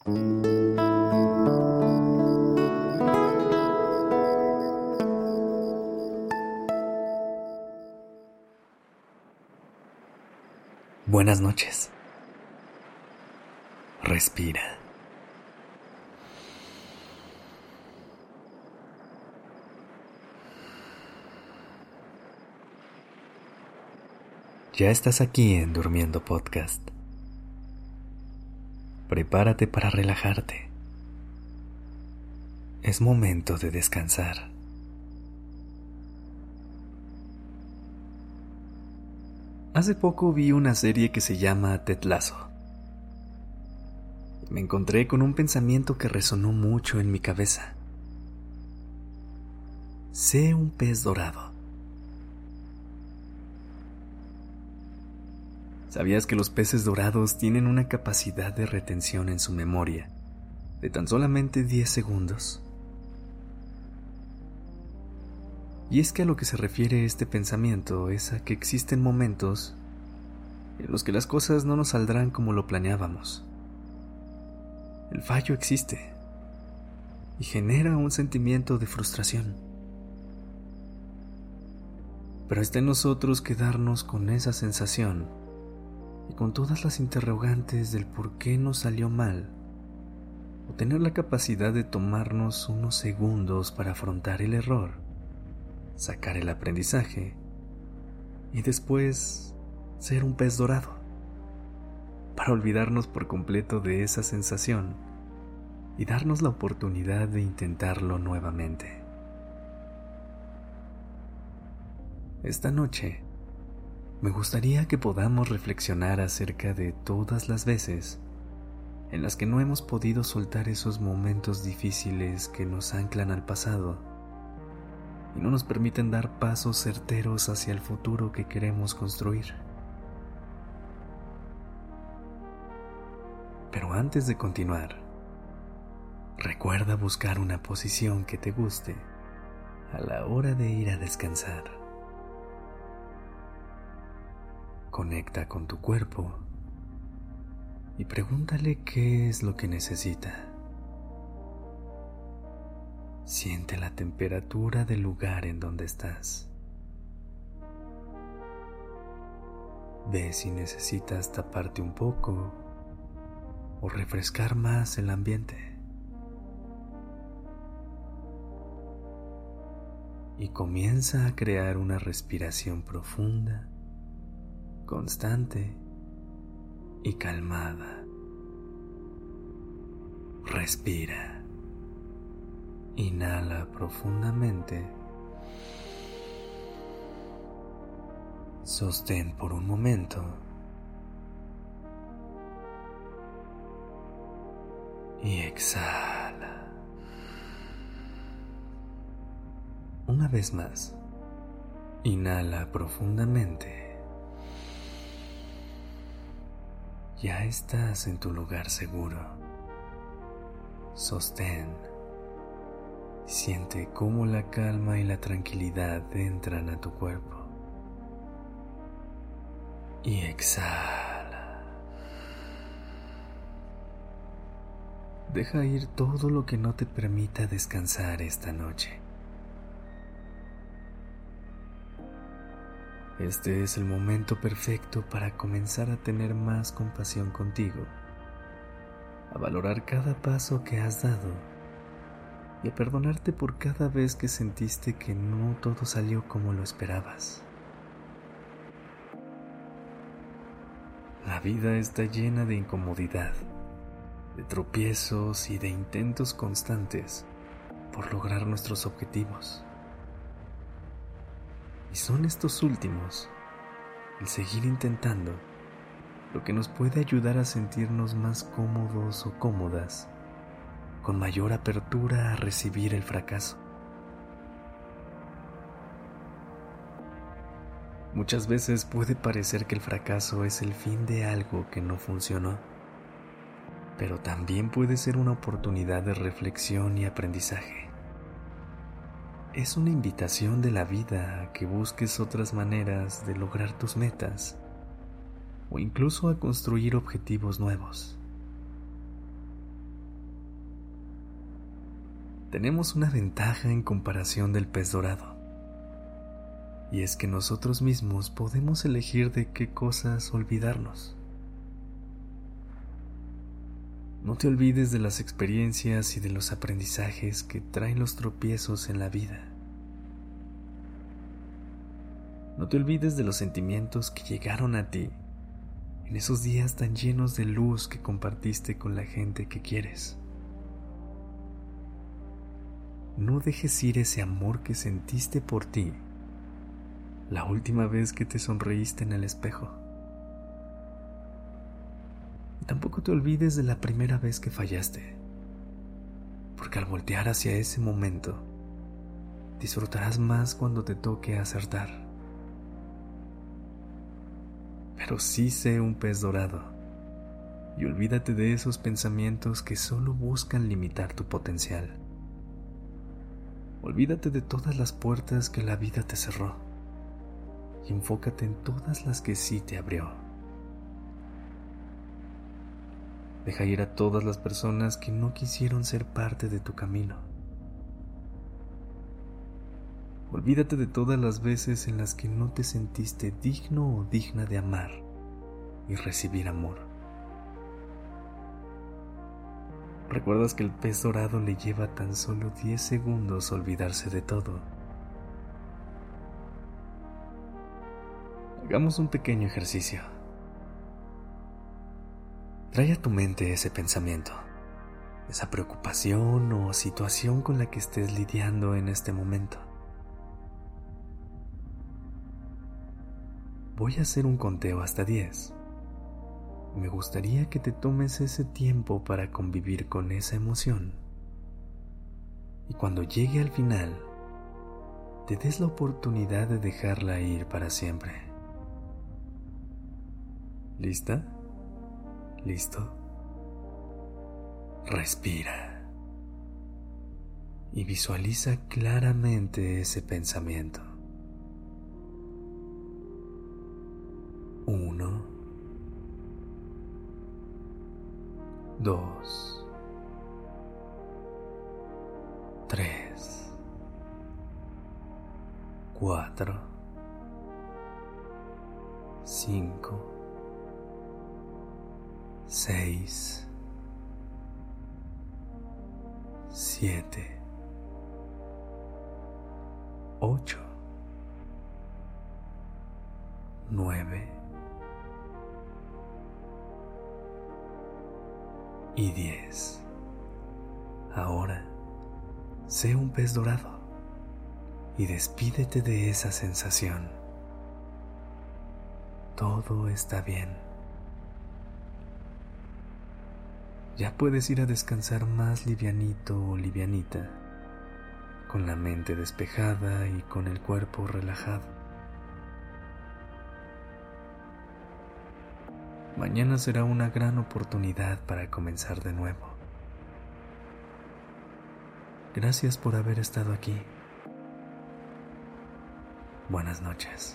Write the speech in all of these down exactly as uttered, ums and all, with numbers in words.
Buenas noches. Respira. Ya estás aquí en Durmiendo Podcast. Prepárate para relajarte. Es momento de descansar. Hace poco vi una serie que se llama Ted Lasso. Me encontré con un pensamiento que resonó mucho en mi cabeza. Sé un pez dorado. ¿Sabías que los peces dorados tienen una capacidad de retención en su memoria de tan solamente diez segundos? Y es que a lo que se refiere este pensamiento es a que existen momentos en los que las cosas no nos saldrán como lo planeábamos. El fallo existe y genera un sentimiento de frustración. Pero está en nosotros quedarnos con esa sensación y con todas las interrogantes del por qué nos salió mal, o tener la capacidad de tomarnos unos segundos para afrontar el error, sacar el aprendizaje y después ser un pez dorado, para olvidarnos por completo de esa sensación y darnos la oportunidad de intentarlo nuevamente. Esta noche me gustaría que podamos reflexionar acerca de todas las veces en las que no hemos podido soltar esos momentos difíciles que nos anclan al pasado y no nos permiten dar pasos certeros hacia el futuro que queremos construir. Pero antes de continuar, recuerda buscar una posición que te guste a la hora de ir a descansar. Conecta con tu cuerpo y pregúntale qué es lo que necesita. Siente la temperatura del lugar en donde estás. Ve si necesitas taparte un poco o refrescar más el ambiente. Y comienza a crear una respiración profunda, constante y calmada. Respira. Inhala profundamente. Sostén por un momento. Y exhala. Una vez más. Inhala profundamente. Ya estás en tu lugar seguro. Sostén. Siente cómo la calma y la tranquilidad entran a tu cuerpo. Y exhala. Deja ir todo lo que no te permita descansar esta noche. Este es el momento perfecto para comenzar a tener más compasión contigo, a valorar cada paso que has dado y a perdonarte por cada vez que sentiste que no todo salió como lo esperabas. La vida está llena de incomodidad, de tropiezos y de intentos constantes por lograr nuestros objetivos. Y son estos últimos, el seguir intentando, lo que nos puede ayudar a sentirnos más cómodos o cómodas, con mayor apertura a recibir el fracaso. Muchas veces puede parecer que el fracaso es el fin de algo que no funcionó, pero también puede ser una oportunidad de reflexión y aprendizaje. Es una invitación de la vida a que busques otras maneras de lograr tus metas o incluso a construir objetivos nuevos. tenemos una ventaja en comparación del pez dorado. Y es que nosotros mismos podemos elegir de qué cosas olvidarnos. No te olvides de las experiencias y de los aprendizajes que traen los tropiezos en la vida. No te olvides de los sentimientos que llegaron a ti en esos días tan llenos de luz que compartiste con la gente que quieres. No dejes ir ese amor que sentiste por ti la última vez que te sonreíste en el espejo. Y tampoco te olvides de la primera vez que fallaste, porque al voltear hacia ese momento, disfrutarás más cuando te toque acertar. Pero sí sé un pez dorado, y olvídate de esos pensamientos que solo buscan limitar tu potencial. Olvídate de todas las puertas que la vida te cerró, y enfócate en todas las que sí te abrió. Deja ir a todas las personas que no quisieron ser parte de tu camino. Olvídate de todas las veces en las que no te sentiste digno o digna de amar y recibir amor. ¿Recuerdas que el pez dorado le lleva tan solo diez segundos olvidarse de todo? Hagamos un pequeño ejercicio. Trae a tu mente ese pensamiento, esa preocupación o situación con la que estés lidiando en este momento. Voy a hacer un conteo hasta diez. Me gustaría que te tomes ese tiempo para convivir con esa emoción. Y cuando llegue al final, te des la oportunidad de dejarla ir para siempre. ¿Lista? ¿Listo? Respira y visualiza claramente ese pensamiento. Uno, dos, tres, cuatro, cinco, seis, siete, ocho, nueve y diez. Ahora, sé un pez dorado y despídete de esa sensación. Todo está bien. Ya puedes ir a descansar más livianito o livianita, con la mente despejada y con el cuerpo relajado. Mañana será una gran oportunidad para comenzar de nuevo. Gracias por haber estado aquí. Buenas noches.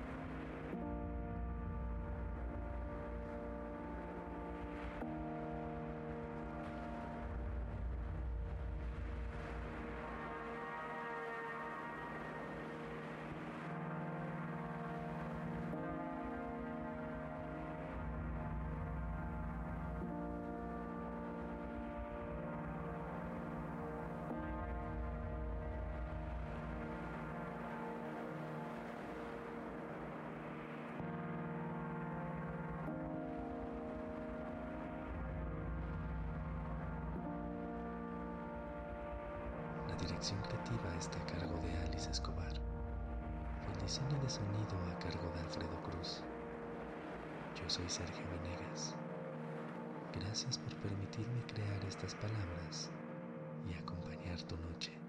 La dirección creativa está a cargo de Alice Escobar. El diseño de sonido a cargo de Alfredo Cruz. Yo soy Sergio Venegas. Gracias por permitirme crear estas palabras y acompañar tu noche.